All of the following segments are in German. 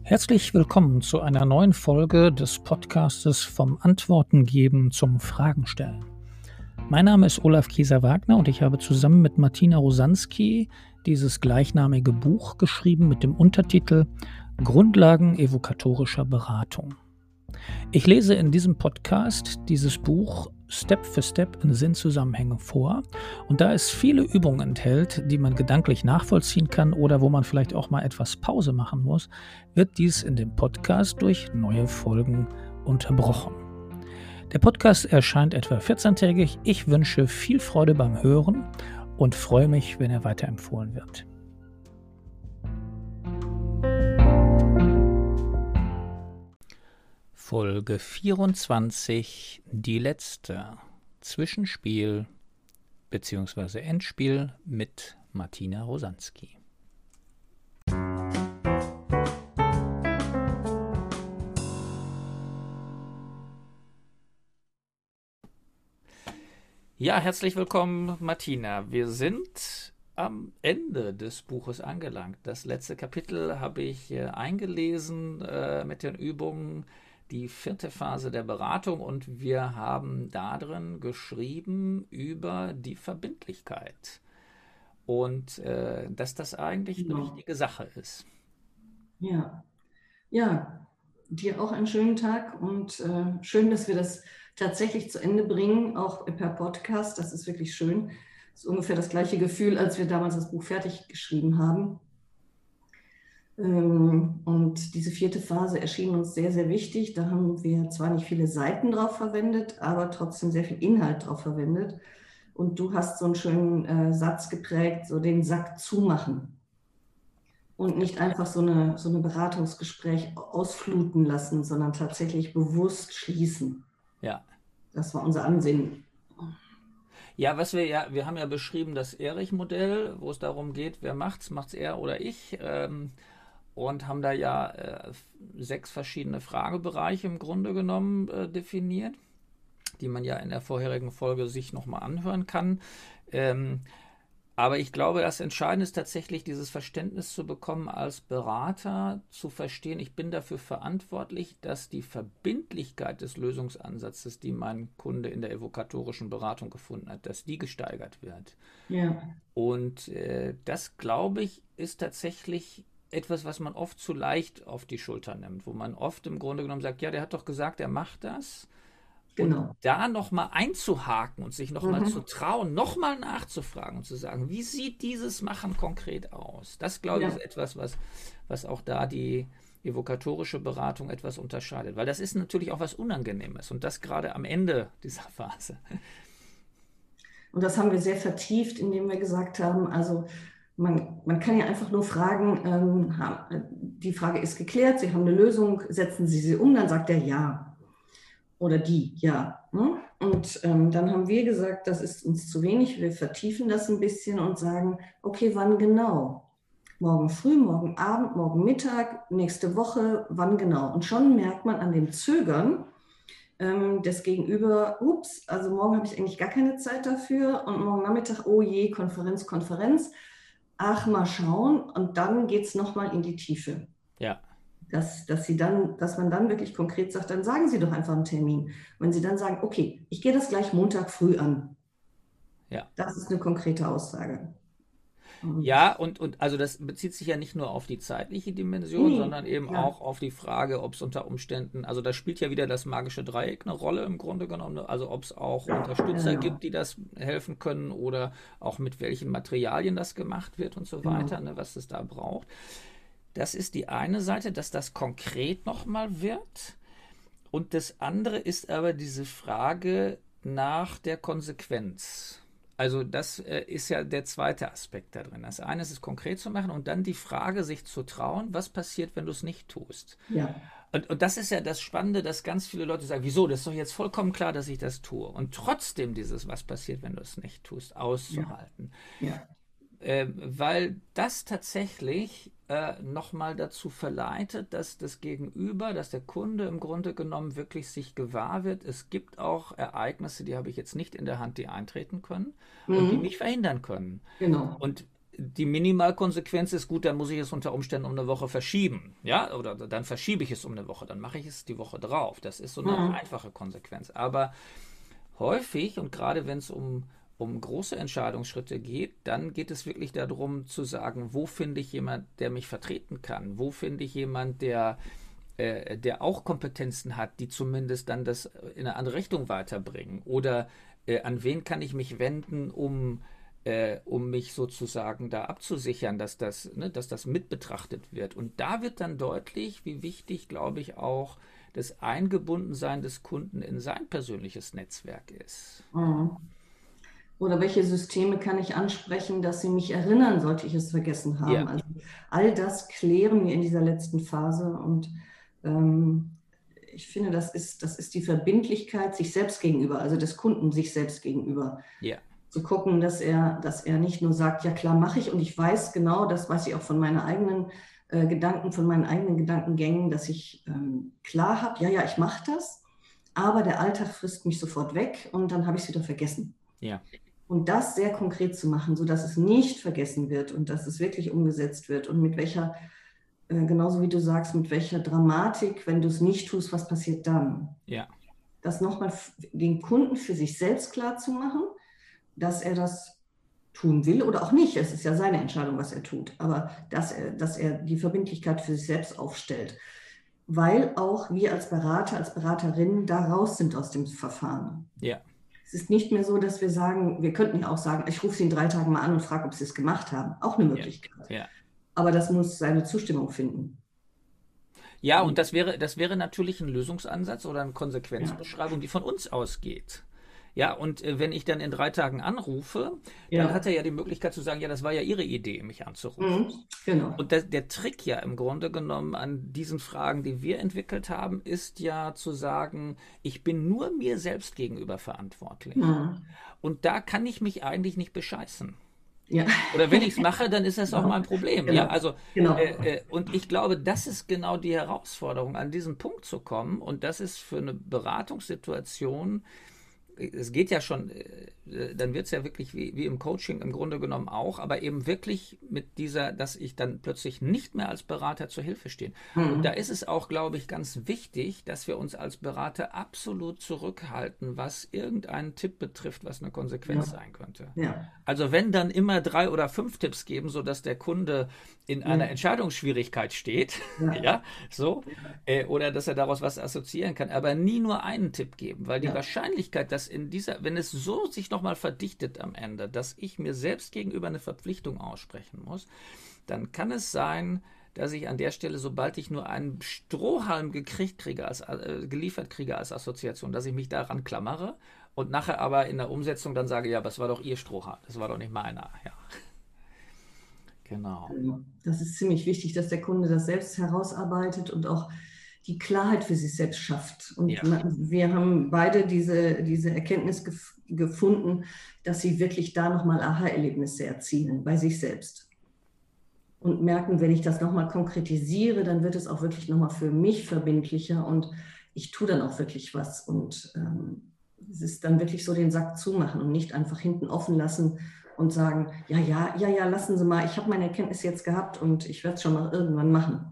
Herzlich willkommen zu einer neuen Folge des Podcastes vom Antworten geben zum Fragen stellen. Mein Name ist Olaf Kieser-Wagner und ich habe zusammen mit Martina Rosansky dieses gleichnamige Buch geschrieben mit dem Untertitel Grundlagen evokatorischer Beratung. Ich lese in diesem Podcast dieses Buch Step für Step in Sinnzusammenhängen vor und da es viele Übungen enthält, die man gedanklich nachvollziehen kann oder wo man vielleicht auch mal etwas Pause machen muss, wird dies in dem Podcast durch neue Folgen unterbrochen. Der Podcast erscheint etwa 14-tägig. Ich wünsche viel Freude beim Hören und freue mich, wenn er weiterempfohlen wird. Folge 24, die letzte, Zwischenspiel bzw. Endspiel mit Martina Rosansky. Ja, herzlich willkommen, Martina. Wir sind am Ende des Buches angelangt. Das letzte Kapitel habe ich eingelesen mit den Übungen. Die 4. Phase der Beratung und wir haben darin geschrieben über die Verbindlichkeit und dass das eigentlich eine wichtige Sache ist. Ja, dir auch einen schönen Tag und schön, dass wir das tatsächlich zu Ende bringen, auch per Podcast. Das ist wirklich schön. Das ist ungefähr das gleiche Gefühl, als wir damals das Buch fertig geschrieben haben. Und diese 4. Phase erschien uns sehr, sehr wichtig. Da haben wir zwar nicht viele Seiten drauf verwendet, aber trotzdem sehr viel Inhalt drauf verwendet. Und du hast so einen schönen Satz geprägt, so den Sack zumachen. Und nicht einfach so eine Beratungsgespräch ausfluten lassen, sondern tatsächlich bewusst schließen. Ja. Das war unser Ansinnen. Ja, wir haben ja beschrieben das Erich-Modell, wo es darum geht, wer macht's er oder ich? Und haben da ja 6 verschiedene Fragebereiche im Grunde genommen definiert, die man ja in der vorherigen Folge sich nochmal anhören kann. Aber ich glaube, das Entscheidende ist tatsächlich, dieses Verständnis zu bekommen, als Berater zu verstehen, ich bin dafür verantwortlich, dass die Verbindlichkeit des Lösungsansatzes, die mein Kunde in der evokatorischen Beratung gefunden hat, dass die gesteigert wird. Ja. Und das, glaube ich, ist tatsächlich etwas, was man oft zu leicht auf die Schulter nimmt, wo man oft im Grunde genommen sagt, ja, der hat doch gesagt, er macht das. Genau. Und da nochmal einzuhaken und sich nochmal zu trauen, nochmal nachzufragen und zu sagen, wie sieht dieses Machen konkret aus? Das, glaube ich, ist etwas, was auch da die evokatorische Beratung etwas unterscheidet. Weil das ist natürlich auch was Unangenehmes und das gerade am Ende dieser Phase. Und das haben wir sehr vertieft, indem wir gesagt haben, also man kann ja einfach nur fragen, die Frage ist geklärt, Sie haben eine Lösung, setzen Sie sie um, dann sagt er ja. Oder die, ja. Und dann haben wir gesagt, das ist uns zu wenig, wir vertiefen das ein bisschen und sagen, okay, wann genau? Morgen früh, morgen Abend, morgen Mittag, nächste Woche, wann genau? Und schon merkt man an dem Zögern des Gegenüber, ups, also morgen habe ich eigentlich gar keine Zeit dafür und morgen Nachmittag, oh je, Konferenz. Ach, mal schauen. Und dann geht es nochmal in die Tiefe. Ja. Dass man dann wirklich konkret sagt, dann sagen Sie doch einfach einen Termin. Wenn Sie dann sagen, okay, ich gehe das gleich Montag früh an. Ja. Das ist eine konkrete Aussage. Ja, und also das bezieht sich ja nicht nur auf die zeitliche Dimension, sondern eben auch auf die Frage, ob es unter Umständen, also da spielt ja wieder das magische Dreieck eine Rolle im Grunde genommen, also ob es auch Unterstützer gibt, die das helfen können oder auch mit welchen Materialien das gemacht wird und so weiter, ne, was es da braucht. Das ist die eine Seite, dass das konkret nochmal wird. Und das andere ist aber diese Frage nach der Konsequenz. Also das ist ja der zweite Aspekt da drin. Das eine ist es konkret zu machen und dann die Frage, sich zu trauen, was passiert, wenn du es nicht tust. Ja. Und das ist ja das Spannende, dass ganz viele Leute sagen, wieso, das ist doch jetzt vollkommen klar, dass ich das tue. Und trotzdem dieses, was passiert, wenn du es nicht tust, auszuhalten. Ja. Weil das tatsächlich nochmal dazu verleitet, dass das Gegenüber, dass der Kunde im Grunde genommen wirklich sich gewahr wird, es gibt auch Ereignisse, die habe ich jetzt nicht in der Hand, die eintreten können und die mich verhindern können. Genau. Und die Minimalkonsequenz ist, gut, dann muss ich es unter Umständen um eine Woche verschieben. Ja, oder dann verschiebe ich es um eine Woche, dann mache ich es die Woche drauf. Das ist so eine einfache Konsequenz. Aber häufig, und gerade wenn es um große Entscheidungsschritte geht, dann geht es wirklich darum zu sagen, wo finde ich jemand, der mich vertreten kann? Wo finde ich jemand, der auch Kompetenzen hat, die zumindest dann das in eine andere Richtung weiterbringen? Oder an wen kann ich mich wenden, um mich sozusagen da abzusichern, dass das mit betrachtet wird. Und da wird dann deutlich, wie wichtig, glaube ich, auch das Eingebundensein des Kunden in sein persönliches Netzwerk ist. Oder welche Systeme kann ich ansprechen, dass sie mich erinnern, sollte ich es vergessen haben. Ja. Also all das klären wir in dieser letzten Phase. Und ich finde, das ist die Verbindlichkeit sich selbst gegenüber, also des Kunden sich selbst gegenüber. Ja. Zu gucken, dass er nicht nur sagt, ja klar, mache ich, und ich weiß genau, das weiß ich auch von meinen eigenen Gedanken, von meinen eigenen Gedankengängen, dass ich klar habe, ja, ich mache das, aber der Alltag frisst mich sofort weg und dann habe ich es wieder vergessen. Ja. Und das sehr konkret zu machen, sodass es nicht vergessen wird und dass es wirklich umgesetzt wird und mit welcher, genauso wie du sagst, mit welcher Dramatik, wenn du es nicht tust, was passiert dann? Ja. Das nochmal den Kunden für sich selbst klar zu machen, dass er das tun will oder auch nicht. Es ist ja seine Entscheidung, was er tut. Aber dass er die Verbindlichkeit für sich selbst aufstellt. Weil auch wir als Berater, als Beraterinnen da raus sind aus dem Verfahren. Ja. Es ist nicht mehr so, dass wir sagen, wir könnten ja auch sagen, ich rufe Sie in 3 Tagen mal an und frage, ob Sie es gemacht haben. Auch eine Möglichkeit. Ja. Aber das muss seine Zustimmung finden. Ja, und das wäre natürlich ein Lösungsansatz oder eine Konsequenzbeschreibung, die von uns ausgeht. Ja, und wenn ich dann in 3 Tagen anrufe, dann hat er ja die Möglichkeit zu sagen, ja, das war ja Ihre Idee, mich anzurufen. Genau. Und der Trick ja im Grunde genommen an diesen Fragen, die wir entwickelt haben, ist ja zu sagen, ich bin nur mir selbst gegenüber verantwortlich. Und da kann ich mich eigentlich nicht bescheißen. Ja. Oder wenn ich es mache, dann ist das auch mein Problem. Genau. Ja, also, Genau. Und ich glaube, das ist genau die Herausforderung, an diesen Punkt zu kommen. Und das ist für eine Beratungssituation, es geht ja schon, dann wird es ja wirklich wie im Coaching im Grunde genommen auch, aber eben wirklich mit dieser, dass ich dann plötzlich nicht mehr als Berater zur Hilfe stehe. Und da ist es auch, glaube ich, ganz wichtig, dass wir uns als Berater absolut zurückhalten, was irgendeinen Tipp betrifft, was eine Konsequenz sein könnte. Ja. Also wenn dann immer 3 oder 5 Tipps geben, sodass der Kunde in einer Entscheidungsschwierigkeit steht, oder dass er daraus was assoziieren kann, aber nie nur einen Tipp geben, weil die Wahrscheinlichkeit, dass wenn es so sich nochmal verdichtet am Ende, dass ich mir selbst gegenüber eine Verpflichtung aussprechen muss, dann kann es sein, dass ich an der Stelle, sobald ich nur einen Strohhalm geliefert kriege als Assoziation, dass ich mich daran klammere und nachher aber in der Umsetzung dann sage, ja, aber es war doch Ihr Strohhalm, das war doch nicht meiner. Ja. Genau. Das ist ziemlich wichtig, dass der Kunde das selbst herausarbeitet und auch die Klarheit für sich selbst schafft. Und wir haben beide diese Erkenntnis gefunden, dass sie wirklich da nochmal Aha-Erlebnisse erzielen bei sich selbst. Und merken, wenn ich das nochmal konkretisiere, dann wird es auch wirklich nochmal für mich verbindlicher und ich tue dann auch wirklich was. Und es ist dann wirklich so den Sack zumachen und nicht einfach hinten offen lassen und sagen, ja, lassen Sie mal, ich habe meine Erkenntnis jetzt gehabt und ich werde es schon mal irgendwann machen.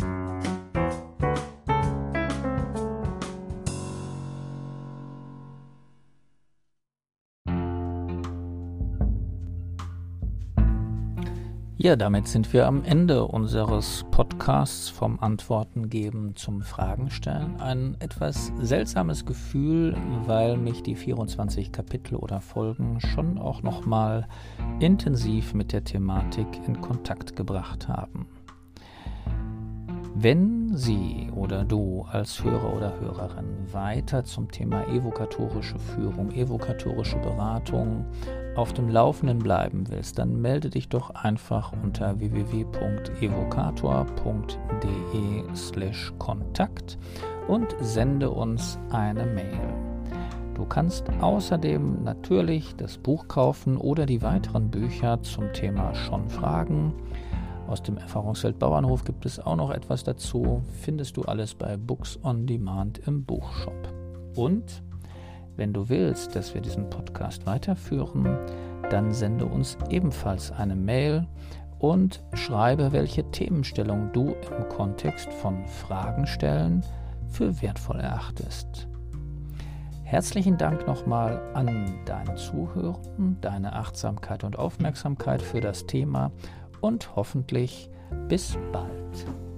Ja, damit sind wir am Ende unseres Podcasts vom Antworten geben zum Fragen stellen. Ein etwas seltsames Gefühl, weil mich die 24 Kapitel oder Folgen schon auch nochmal intensiv mit der Thematik in Kontakt gebracht haben. Wenn Sie oder du als Hörer oder Hörerin weiter zum Thema evokatorische Führung, evokatorische Beratung auf dem Laufenden bleiben willst, dann melde dich doch einfach unter www.evokator.de/Kontakt und sende uns eine Mail. Du kannst außerdem natürlich das Buch kaufen oder die weiteren Bücher zum Thema schon Fragen. Aus dem Erfahrungsfeld Bauernhof gibt es auch noch etwas dazu. Findest du alles bei Books on Demand im Buchshop. Und Wenn du willst, dass wir diesen Podcast weiterführen, dann sende uns ebenfalls eine Mail und schreibe, welche Themenstellung du im Kontext von Fragen stellen für wertvoll erachtest. Herzlichen Dank nochmal an dein Zuhören, deine Achtsamkeit und Aufmerksamkeit für das Thema und hoffentlich bis bald.